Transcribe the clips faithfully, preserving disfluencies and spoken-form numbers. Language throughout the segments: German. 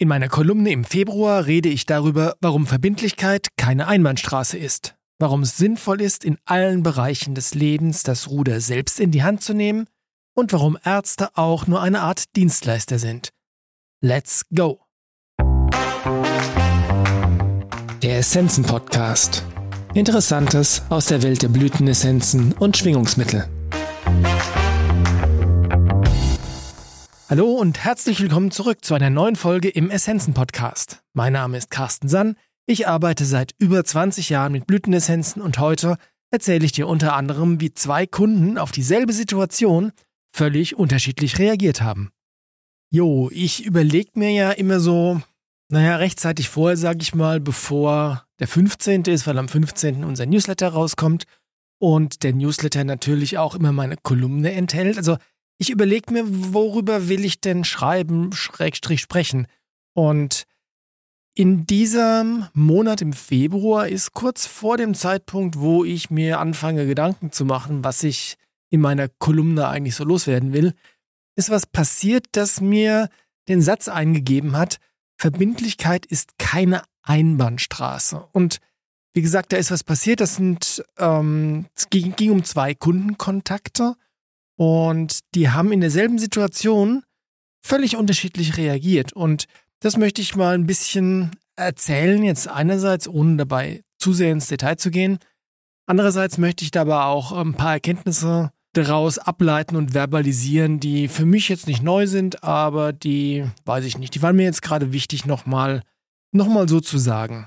In meiner Kolumne im Februar rede ich darüber, warum Verbindlichkeit keine Einbahnstraße ist, warum es sinnvoll ist, in allen Bereichen des Lebens das Ruder selbst in die Hand zu nehmen und warum Ärzte auch nur eine Art Dienstleister sind. Let's go! Der Essenzen-Podcast. Interessantes aus der Welt der Blütenessenzen und Schwingungsmittel. Hallo und herzlich willkommen zurück zu einer neuen Folge im Essenzen-Podcast. Mein Name ist Carsten Sann, ich arbeite seit über zwanzig Jahren mit Blütenessenzen und heute erzähle ich dir unter anderem, wie zwei Kunden auf dieselbe Situation völlig unterschiedlich reagiert haben. Jo, ich überlege mir ja immer so, naja, rechtzeitig vorher, sage ich mal, bevor der fünfzehnte ist, weil am fünfzehnten unser Newsletter rauskommt und der Newsletter natürlich auch immer meine Kolumne enthält. Also ich überlege mir, worüber will ich denn schreiben, Schrägstrich sprechen. Und in diesem Monat im Februar ist kurz vor dem Zeitpunkt, wo ich mir anfange, Gedanken zu machen, was ich in meiner Kolumne eigentlich so loswerden will, ist was passiert, das mir den Satz eingegeben hat: Verbindlichkeit ist keine Einbahnstraße. Und wie gesagt, da ist was passiert. Das sind, ähm, es ging, ging um zwei Kundenkontakte. Und die haben in derselben Situation völlig unterschiedlich reagiert. Und das möchte ich mal ein bisschen erzählen, jetzt einerseits, ohne dabei zu sehr ins Detail zu gehen. Andererseits möchte ich dabei auch ein paar Erkenntnisse daraus ableiten und verbalisieren, die für mich jetzt nicht neu sind, aber die, weiß ich nicht, die waren mir jetzt gerade wichtig, nochmal noch mal so zu sagen.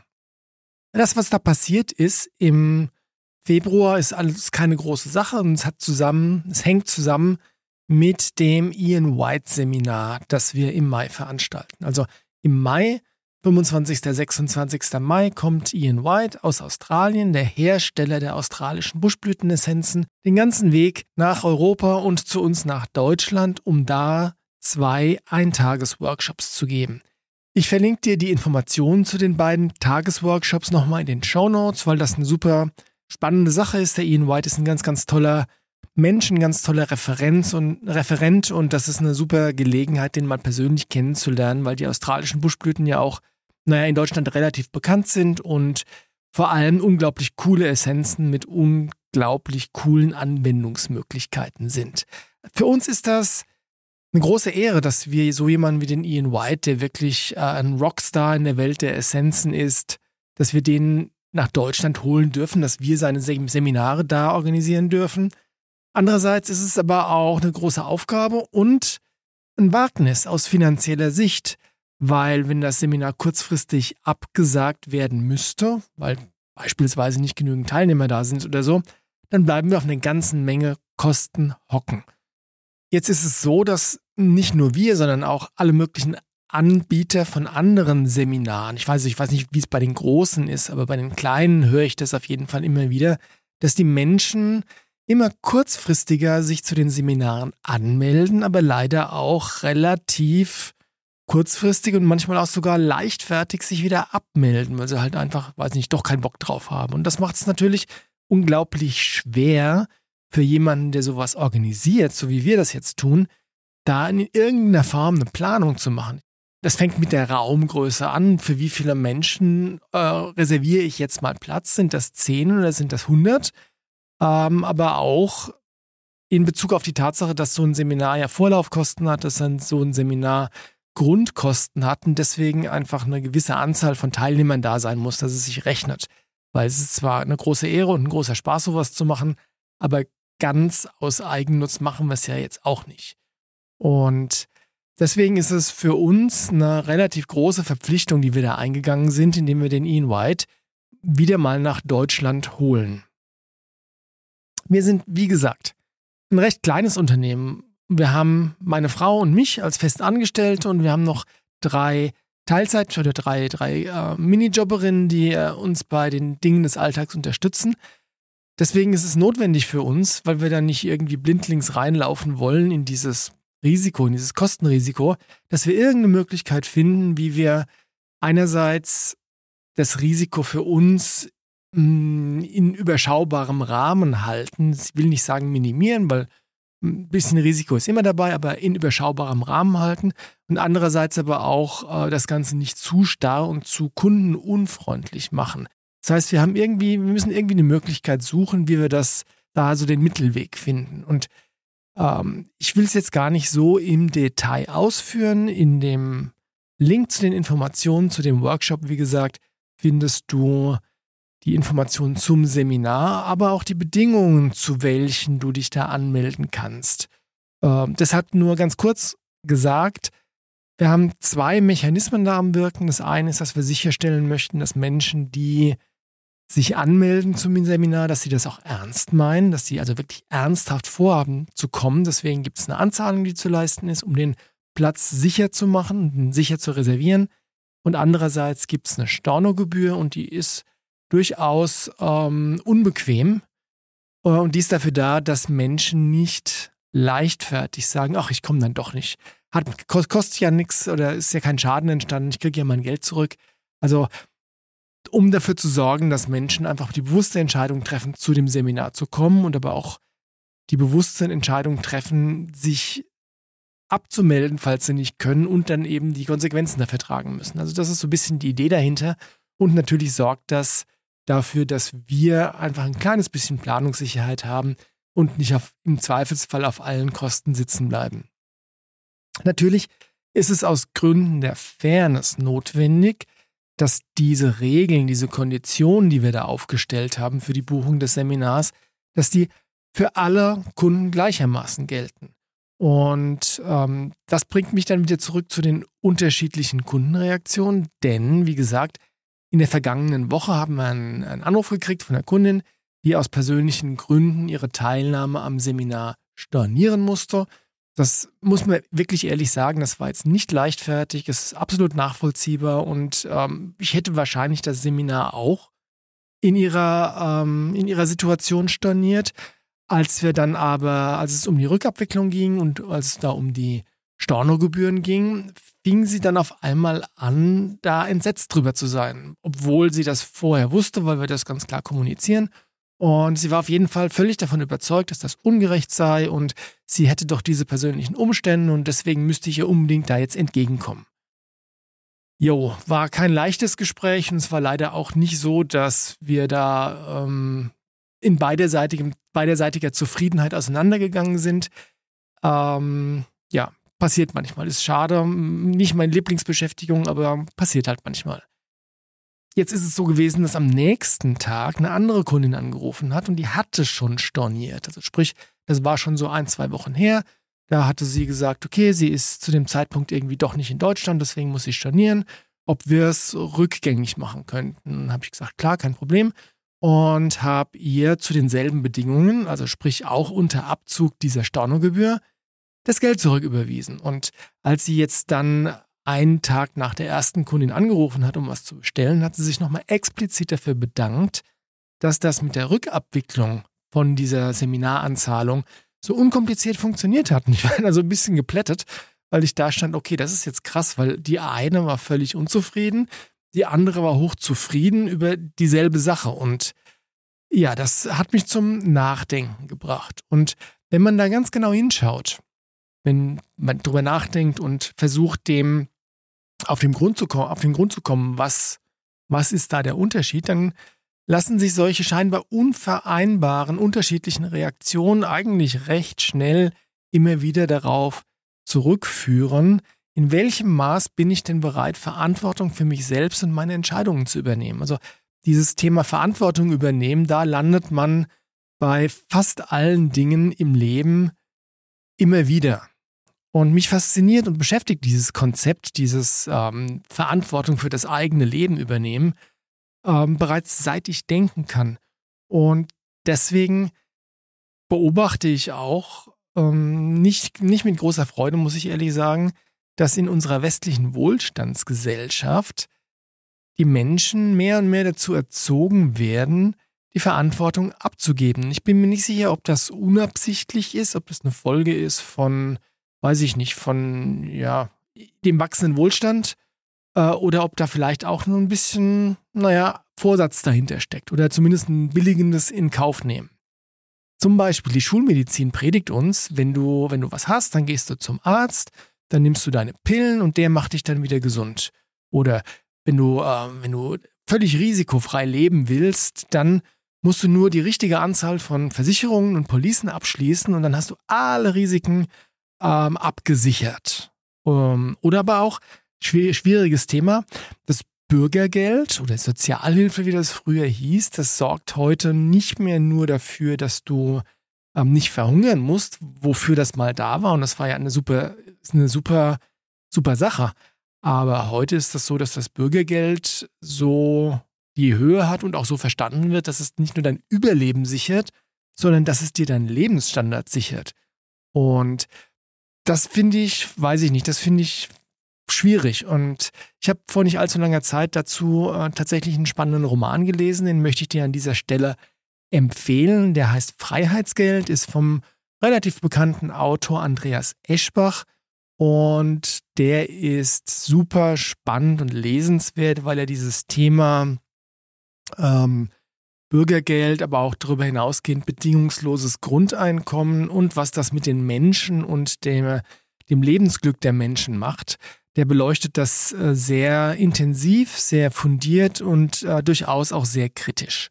Das, was da passiert ist im Februar, ist alles keine große Sache und es hat zusammen, es hängt zusammen mit dem Ian White Seminar, das wir im Mai veranstalten. Also im Mai, fünfundzwanzigsten, sechsundzwanzigsten Mai, kommt Ian White aus Australien, der Hersteller der australischen Buschblütenessenzen, den ganzen Weg nach Europa und zu uns nach Deutschland, um da zwei Eintages-Workshops zu geben. Ich verlinke dir die Informationen zu den beiden Tagesworkshops nochmal in den Shownotes, weil das eine super spannende Sache ist. Der Ian White ist ein ganz, ganz toller Mensch, ein ganz toller Referenz und Referent und das ist eine super Gelegenheit, den mal persönlich kennenzulernen, weil die australischen Buschblüten ja auch, naja, in Deutschland relativ bekannt sind und vor allem unglaublich coole Essenzen mit unglaublich coolen Anwendungsmöglichkeiten sind. Für uns ist das eine große Ehre, dass wir so jemanden wie den Ian White, der wirklich äh, ein Rockstar in der Welt der Essenzen ist, dass wir den nach Deutschland holen dürfen, dass wir seine Seminare da organisieren dürfen. Andererseits ist es aber auch eine große Aufgabe und ein Wagnis aus finanzieller Sicht, weil wenn das Seminar kurzfristig abgesagt werden müsste, weil beispielsweise nicht genügend Teilnehmer da sind oder so, dann bleiben wir auf eine ganze Menge Kosten hocken. Jetzt ist es so, dass nicht nur wir, sondern auch alle möglichen Anbieter von anderen Seminaren, ich weiß, ich weiß nicht, wie es bei den Großen ist, aber bei den Kleinen höre ich das auf jeden Fall immer wieder, dass die Menschen immer kurzfristiger sich zu den Seminaren anmelden, aber leider auch relativ kurzfristig und manchmal auch sogar leichtfertig sich wieder abmelden, weil sie halt einfach, weiß nicht, doch keinen Bock drauf haben. Und das macht es natürlich unglaublich schwer für jemanden, der sowas organisiert, so wie wir das jetzt tun, da in irgendeiner Form eine Planung zu machen. Das fängt mit der Raumgröße an. Für wie viele Menschen äh, reserviere ich jetzt mal Platz? Sind das zehn oder sind das hundert? Ähm, aber auch in Bezug auf die Tatsache, dass so ein Seminar ja Vorlaufkosten hat, dass dann so ein Seminar Grundkosten hat und deswegen einfach eine gewisse Anzahl von Teilnehmern da sein muss, dass es sich rechnet. Weil es ist zwar eine große Ehre und ein großer Spaß, sowas zu machen, aber ganz aus Eigennutz machen wir es ja jetzt auch nicht. Und deswegen ist es für uns eine relativ große Verpflichtung, die wir da eingegangen sind, indem wir den Ian White wieder mal nach Deutschland holen. Wir sind, wie gesagt, ein recht kleines Unternehmen. Wir haben meine Frau und mich als Festangestellte und wir haben noch drei Teilzeit- oder drei, drei äh, Minijobberinnen, die äh, uns bei den Dingen des Alltags unterstützen. Deswegen ist es notwendig für uns, weil wir da nicht irgendwie blindlings reinlaufen wollen in dieses Risiko, in dieses Kostenrisiko, dass wir irgendeine Möglichkeit finden, wie wir einerseits das Risiko für uns mh, in überschaubarem Rahmen halten. Ich will nicht sagen minimieren, weil ein bisschen Risiko ist immer dabei, aber in überschaubarem Rahmen halten und andererseits aber auch äh, das Ganze nicht zu starr und zu kundenunfreundlich machen. Das heißt, wir haben irgendwie, wir müssen irgendwie eine Möglichkeit suchen, wie wir das da so den Mittelweg finden. Und ähm, ich will es jetzt gar nicht so im Detail ausführen. In dem Link zu den Informationen zu dem Workshop, wie gesagt, findest du die Informationen zum Seminar, aber auch die Bedingungen, zu welchen du dich da anmelden kannst. Ähm, deshalb nur ganz kurz gesagt, wir haben zwei Mechanismen da am Wirken. Das eine ist, dass wir sicherstellen möchten, dass Menschen, die sich anmelden zum Seminar, dass sie das auch ernst meinen, dass sie also wirklich ernsthaft vorhaben zu kommen. Deswegen gibt es eine Anzahlung, die zu leisten ist, um den Platz sicher zu machen und sicher zu reservieren. Und andererseits gibt es eine Stornogebühr und die ist durchaus ähm, unbequem. Und die ist dafür da, dass Menschen nicht leichtfertig sagen, ach, ich komme dann doch nicht. Hat, kostet ja nichts oder ist ja kein Schaden entstanden, ich kriege ja mein Geld zurück. Also um dafür zu sorgen, dass Menschen einfach die bewusste Entscheidung treffen, zu dem Seminar zu kommen und aber auch die bewusste Entscheidung treffen, sich abzumelden, falls sie nicht können und dann eben die Konsequenzen dafür tragen müssen. Also das ist so ein bisschen die Idee dahinter und natürlich sorgt das dafür, dass wir einfach ein kleines bisschen Planungssicherheit haben und nicht auf, im Zweifelsfall auf allen Kosten sitzen bleiben. Natürlich ist es aus Gründen der Fairness notwendig, dass diese Regeln, diese Konditionen, die wir da aufgestellt haben für die Buchung des Seminars, dass die für alle Kunden gleichermaßen gelten. Und ähm, das bringt mich dann wieder zurück zu den unterschiedlichen Kundenreaktionen, denn, wie gesagt, in der vergangenen Woche haben wir einen, einen Anruf gekriegt von einer Kundin, die aus persönlichen Gründen ihre Teilnahme am Seminar stornieren musste. Das muss man wirklich ehrlich sagen, das war jetzt nicht leichtfertig, es ist absolut nachvollziehbar und ähm, ich hätte wahrscheinlich das Seminar auch in ihrer, ähm, in ihrer Situation storniert. Als wir dann aber, als es um die Rückabwicklung ging und als es da um die Stornogebühren ging, fing sie dann auf einmal an, da entsetzt drüber zu sein, obwohl sie das vorher wusste, weil wir das ganz klar kommunizieren. Und sie war auf jeden Fall völlig davon überzeugt, dass das ungerecht sei und sie hätte doch diese persönlichen Umstände und deswegen müsste ich ihr unbedingt da jetzt entgegenkommen. Jo, war kein leichtes Gespräch und es war leider auch nicht so, dass wir da ähm, in beiderseitigem, beiderseitiger Zufriedenheit auseinandergegangen sind. Ähm, ja, passiert manchmal. Ist schade, nicht meine Lieblingsbeschäftigung, aber passiert halt manchmal. Jetzt ist es so gewesen, dass am nächsten Tag eine andere Kundin angerufen hat und die hatte schon storniert. Also sprich, das war schon so ein, zwei Wochen her. Da hatte sie gesagt, okay, sie ist zu dem Zeitpunkt irgendwie doch nicht in Deutschland, deswegen muss sie stornieren, ob wir es rückgängig machen könnten. Dann habe ich gesagt, klar, kein Problem. Und habe ihr zu denselben Bedingungen, also sprich auch unter Abzug dieser Stornogebühr, das Geld zurücküberwiesen. Und als sie jetzt dann einen Tag nach der ersten Kundin angerufen hat, um was zu bestellen, hat sie sich nochmal explizit dafür bedankt, dass das mit der Rückabwicklung von dieser Seminaranzahlung so unkompliziert funktioniert hat. Und ich war da so ein bisschen geplättet, weil ich da stand, okay, das ist jetzt krass, weil die eine war völlig unzufrieden, die andere war hochzufrieden über dieselbe Sache. Und ja, das hat mich zum Nachdenken gebracht. Und wenn man da ganz genau hinschaut, wenn man drüber nachdenkt und versucht, dem auf den Grund zu kommen, auf den Grund zu kommen, was, was ist da der Unterschied, dann lassen sich solche scheinbar unvereinbaren, unterschiedlichen Reaktionen eigentlich recht schnell immer wieder darauf zurückführen, in welchem Maß bin ich denn bereit, Verantwortung für mich selbst und meine Entscheidungen zu übernehmen. Also dieses Thema Verantwortung übernehmen, da landet man bei fast allen Dingen im Leben immer wieder. Und mich fasziniert und beschäftigt dieses Konzept, dieses ähm, Verantwortung für das eigene Leben übernehmen, ähm, bereits seit ich denken kann. Und deswegen beobachte ich auch, ähm, nicht, nicht mit großer Freude, muss ich ehrlich sagen, dass in unserer westlichen Wohlstandsgesellschaft die Menschen mehr und mehr dazu erzogen werden, die Verantwortung abzugeben. Ich bin mir nicht sicher, ob das unabsichtlich ist, ob das eine Folge ist von weiß ich nicht, von ja, dem wachsenden Wohlstand äh, oder ob da vielleicht auch nur ein bisschen, naja, Vorsatz dahinter steckt oder zumindest ein billigendes in Kauf nehmen. Zum Beispiel die Schulmedizin predigt uns, wenn du, wenn du was hast, dann gehst du zum Arzt, dann nimmst du deine Pillen und der macht dich dann wieder gesund. Oder wenn du, äh, wenn du völlig risikofrei leben willst, dann musst du nur die richtige Anzahl von Versicherungen und Policen abschließen und dann hast du alle Risiken ähm, abgesichert. Ähm, oder aber auch, schwer, schwieriges Thema, das Bürgergeld oder Sozialhilfe, wie das früher hieß, das sorgt heute nicht mehr nur dafür, dass du ähm, nicht verhungern musst, wofür das mal da war. Und das war ja eine super, eine super, super Sache. Aber heute ist das so, dass das Bürgergeld so die Höhe hat und auch so verstanden wird, dass es nicht nur dein Überleben sichert, sondern dass es dir deinen Lebensstandard sichert. Und das finde ich, weiß ich nicht, das finde ich schwierig. Und ich habe vor nicht allzu langer Zeit dazu äh, tatsächlich einen spannenden Roman gelesen, den möchte ich dir an dieser Stelle empfehlen. Der heißt Freiheitsgeld, ist vom relativ bekannten Autor Andreas Eschbach und der ist super spannend und lesenswert, weil er dieses Thema ähm, Bürgergeld, aber auch darüber hinausgehend bedingungsloses Grundeinkommen und was das mit den Menschen und dem, dem Lebensglück der Menschen macht. Der beleuchtet das äh, sehr intensiv, sehr fundiert und äh, durchaus auch sehr kritisch.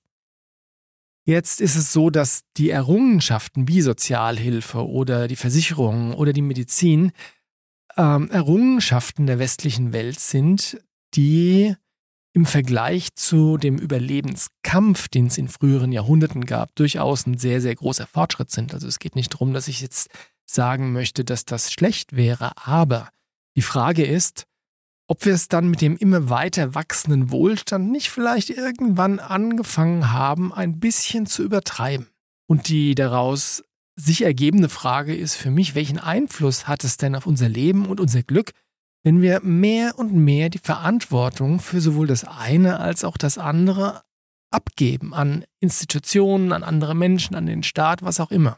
Jetzt ist es so, dass die Errungenschaften wie Sozialhilfe oder die Versicherungen oder die Medizin ähm, Errungenschaften der westlichen Welt sind, die im Vergleich zu dem Überlebenskampf, den es in früheren Jahrhunderten gab, durchaus ein sehr, sehr großer Fortschritt sind. Also es geht nicht darum, dass ich jetzt sagen möchte, dass das schlecht wäre, aber die Frage ist, ob wir es dann mit dem immer weiter wachsenden Wohlstand nicht vielleicht irgendwann angefangen haben, ein bisschen zu übertreiben. Und die daraus sich ergebende Frage ist für mich, welchen Einfluss hat es denn auf unser Leben und unser Glück, wenn wir mehr und mehr die Verantwortung für sowohl das eine als auch das andere abgeben an Institutionen, an andere Menschen, an den Staat, was auch immer.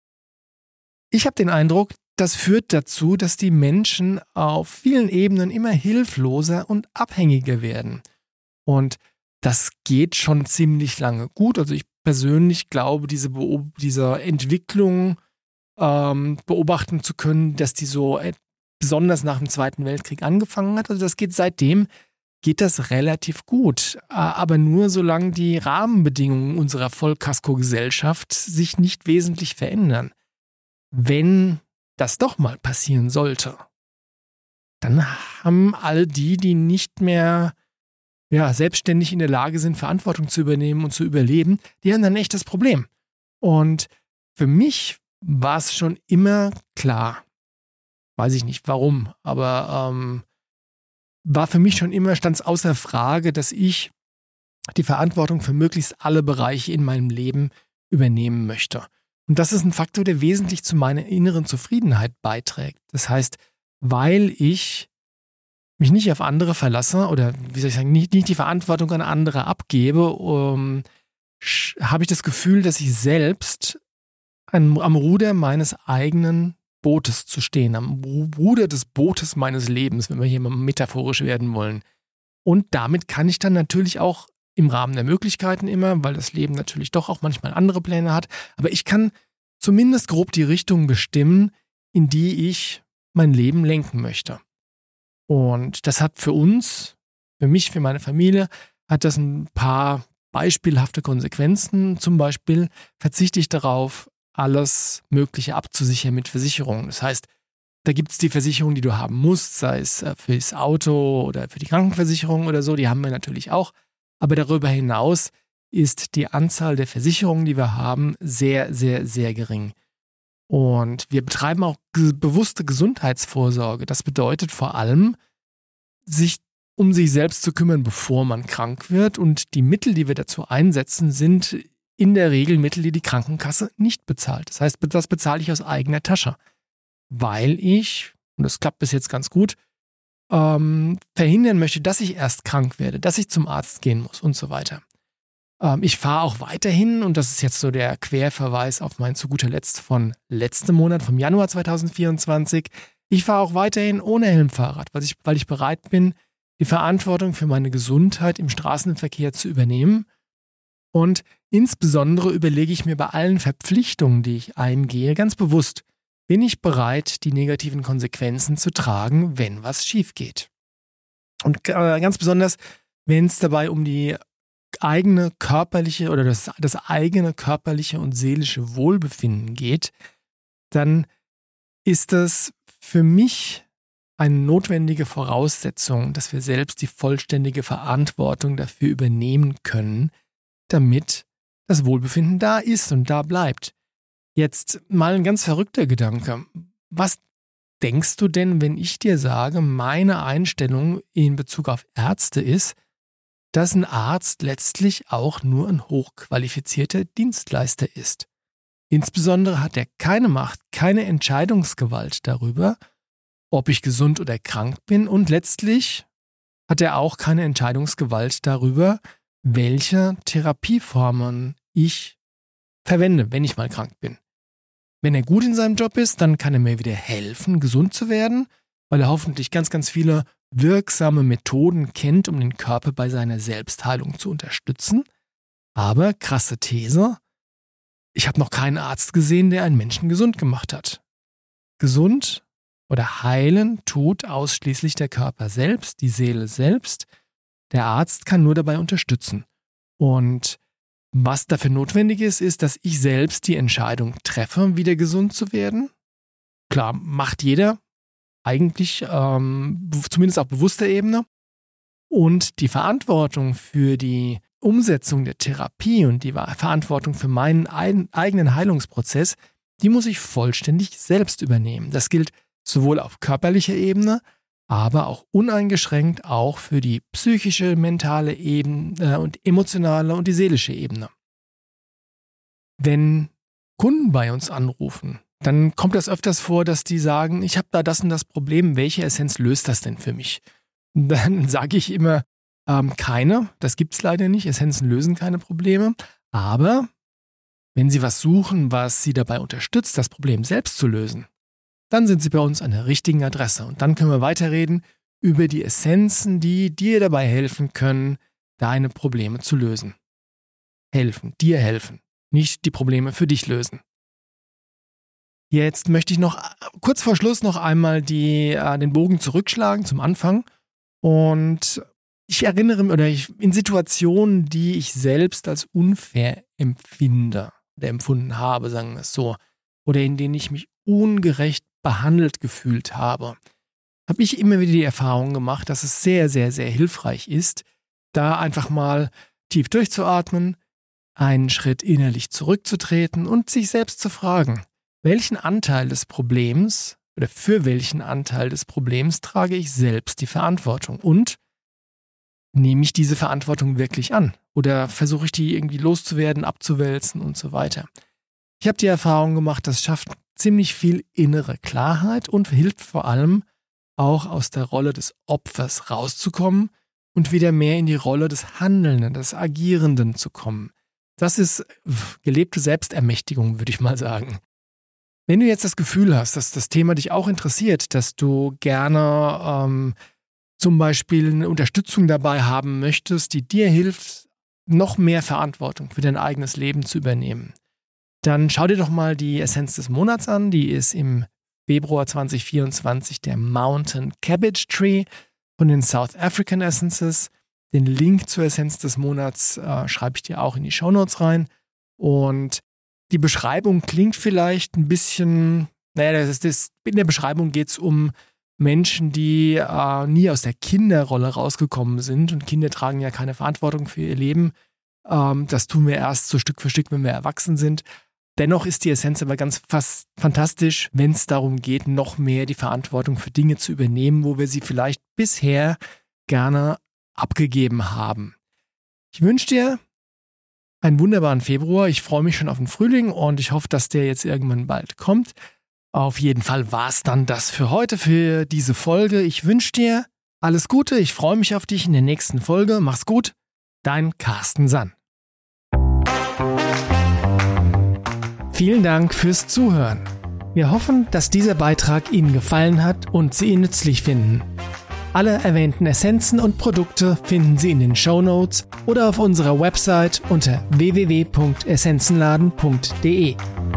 Ich habe den Eindruck, das führt dazu, dass die Menschen auf vielen Ebenen immer hilfloser und abhängiger werden. Und das geht schon ziemlich lange gut. Also ich persönlich glaube, diese, Beob- diese Entwicklung ähm, beobachten zu können, dass die so äh, besonders nach dem Zweiten Weltkrieg angefangen hat. Also das geht seitdem, geht das relativ gut. Äh, aber nur solange die Rahmenbedingungen unserer Vollkasko-Gesellschaft sich nicht wesentlich verändern. Wenn das doch mal passieren sollte, dann haben all die, die nicht mehr ja, selbstständig in der Lage sind, Verantwortung zu übernehmen und zu überleben, die haben dann echt das Problem. Und für mich war es schon immer klar, weiß ich nicht warum, aber ähm, war für mich schon immer, stand es außer Frage, dass ich die Verantwortung für möglichst alle Bereiche in meinem Leben übernehmen möchte. Und das ist ein Faktor, der wesentlich zu meiner inneren Zufriedenheit beiträgt. Das heißt, weil ich mich nicht auf andere verlasse oder, wie soll ich sagen, nicht, nicht die Verantwortung an andere abgebe, um, habe ich das Gefühl, dass ich selbst an, am Ruder meines eigenen Bootes zu stehen, am Ruder des Bootes meines Lebens, wenn wir hier mal metaphorisch werden wollen. Und damit kann ich dann natürlich auch im Rahmen der Möglichkeiten immer, weil das Leben natürlich doch auch manchmal andere Pläne hat, aber ich kann zumindest grob die Richtung bestimmen, in die ich mein Leben lenken möchte. Und das hat für uns, für mich, für meine Familie, hat das ein paar beispielhafte Konsequenzen. Zum Beispiel verzichte ich darauf, alles Mögliche abzusichern mit Versicherungen. Das heißt, da gibt es die Versicherung, die du haben musst, sei es fürs Auto oder für die Krankenversicherung oder so, die haben wir natürlich auch. Aber darüber hinaus ist die Anzahl der Versicherungen, die wir haben, sehr, sehr, sehr gering. Und wir betreiben auch ge- bewusste Gesundheitsvorsorge. Das bedeutet vor allem, sich um sich selbst zu kümmern, bevor man krank wird. Und die Mittel, die wir dazu einsetzen, sind in der Regel Mittel, die die Krankenkasse nicht bezahlt. Das heißt, das bezahle ich aus eigener Tasche, weil ich, und das klappt bis jetzt ganz gut, ähm, verhindern möchte, dass ich erst krank werde, dass ich zum Arzt gehen muss und so weiter. Ähm, ich fahre auch weiterhin, und das ist jetzt so der Querverweis auf mein zu guter Letzt von letztem Monat, vom Januar zweitausendvierundzwanzig, ich fahre auch weiterhin ohne Helmfahrrad, weil ich, weil ich bereit bin, die Verantwortung für meine Gesundheit im Straßenverkehr zu übernehmen. Und insbesondere überlege ich mir bei allen Verpflichtungen, die ich eingehe, ganz bewusst, bin ich bereit, die negativen Konsequenzen zu tragen, wenn was schief geht. Und ganz besonders, wenn es dabei um die eigene körperliche oder das, das eigene körperliche und seelische Wohlbefinden geht, dann ist das für mich eine notwendige Voraussetzung, dass wir selbst die vollständige Verantwortung dafür übernehmen können, damit das Wohlbefinden da ist und da bleibt. Jetzt mal ein ganz verrückter Gedanke. Was denkst du denn, wenn ich dir sage, meine Einstellung in Bezug auf Ärzte ist, dass ein Arzt letztlich auch nur ein hochqualifizierter Dienstleister ist? Insbesondere hat er keine Macht, keine Entscheidungsgewalt darüber, ob ich gesund oder krank bin, und letztlich hat er auch keine Entscheidungsgewalt darüber, welche Therapieformen ich verwende, wenn ich mal krank bin. Wenn er gut in seinem Job ist, dann kann er mir wieder helfen, gesund zu werden, weil er hoffentlich ganz, ganz viele wirksame Methoden kennt, um den Körper bei seiner Selbstheilung zu unterstützen. Aber, krasse These, ich habe noch keinen Arzt gesehen, der einen Menschen gesund gemacht hat. Gesund oder heilen tut ausschließlich der Körper selbst, die Seele selbst. Der Arzt kann nur dabei unterstützen. Und was dafür notwendig ist, ist, dass ich selbst die Entscheidung treffe, wieder gesund zu werden. Klar, macht jeder eigentlich, ähm, zumindest auf bewusster Ebene. Und die Verantwortung für die Umsetzung der Therapie und die Verantwortung für meinen eigenen Heilungsprozess, die muss ich vollständig selbst übernehmen. Das gilt sowohl auf körperlicher Ebene, aber auch uneingeschränkt auch für die psychische, mentale Ebene und emotionale und die seelische Ebene. Wenn Kunden bei uns anrufen, dann kommt das öfters vor, dass die sagen, ich habe da das und das Problem, welche Essenz löst das denn für mich? Dann sage ich immer, ähm, keine, das gibt es leider nicht, Essenzen lösen keine Probleme, aber wenn Sie was suchen, was Sie dabei unterstützt, das Problem selbst zu lösen, dann sind Sie bei uns an der richtigen Adresse und dann können wir weiterreden über die Essenzen, die dir dabei helfen können, deine Probleme zu lösen. Helfen, dir helfen, nicht die Probleme für dich lösen. Jetzt möchte ich noch kurz vor Schluss noch einmal die, äh, den Bogen zurückschlagen zum Anfang und ich erinnere mich, oder ich, in Situationen, die ich selbst als unfair empfinde oder empfunden habe, sagen wir es so, oder in denen ich mich ungerecht behandelt gefühlt habe, habe ich immer wieder die Erfahrung gemacht, dass es sehr, sehr, sehr hilfreich ist, da einfach mal tief durchzuatmen, einen Schritt innerlich zurückzutreten und sich selbst zu fragen, welchen Anteil des Problems oder für welchen Anteil des Problems trage ich selbst die Verantwortung und nehme ich diese Verantwortung wirklich an oder versuche ich die irgendwie loszuwerden, abzuwälzen und so weiter. Ich habe die Erfahrung gemacht, das schafft ziemlich viel innere Klarheit und hilft vor allem auch aus der Rolle des Opfers rauszukommen und wieder mehr in die Rolle des Handelnden, des Agierenden zu kommen. Das ist gelebte Selbstermächtigung, würde ich mal sagen. Wenn du jetzt das Gefühl hast, dass das Thema dich auch interessiert, dass du gerne ähm, zum Beispiel eine Unterstützung dabei haben möchtest, die dir hilft, noch mehr Verantwortung für dein eigenes Leben zu übernehmen, dann schau dir doch mal die Essenz des Monats an. Die ist im Februar zwanzig vierundzwanzig der Mountain Cabbage Tree von den South African Essences. Den Link zur Essenz des Monats äh, schreibe ich dir auch in die Shownotes rein. Und die Beschreibung klingt vielleicht ein bisschen, naja, das ist das, in der Beschreibung geht es um Menschen, die äh, nie aus der Kinderrolle rausgekommen sind. Und Kinder tragen ja keine Verantwortung für ihr Leben. Ähm, das tun wir erst so Stück für Stück, wenn wir erwachsen sind. Dennoch ist die Essenz aber ganz fast fantastisch, wenn es darum geht, noch mehr die Verantwortung für Dinge zu übernehmen, wo wir sie vielleicht bisher gerne abgegeben haben. Ich wünsche dir einen wunderbaren Februar. Ich freue mich schon auf den Frühling und ich hoffe, dass der jetzt irgendwann bald kommt. Auf jeden Fall war es dann das für heute, für diese Folge. Ich wünsche dir alles Gute. Ich freue mich auf dich in der nächsten Folge. Mach's gut. Dein Carsten Sann. Vielen Dank fürs Zuhören. Wir hoffen, dass dieser Beitrag Ihnen gefallen hat und Sie ihn nützlich finden. Alle erwähnten Essenzen und Produkte finden Sie in den Shownotes oder auf unserer Website unter w w w punkt essenzenladen punkt d e.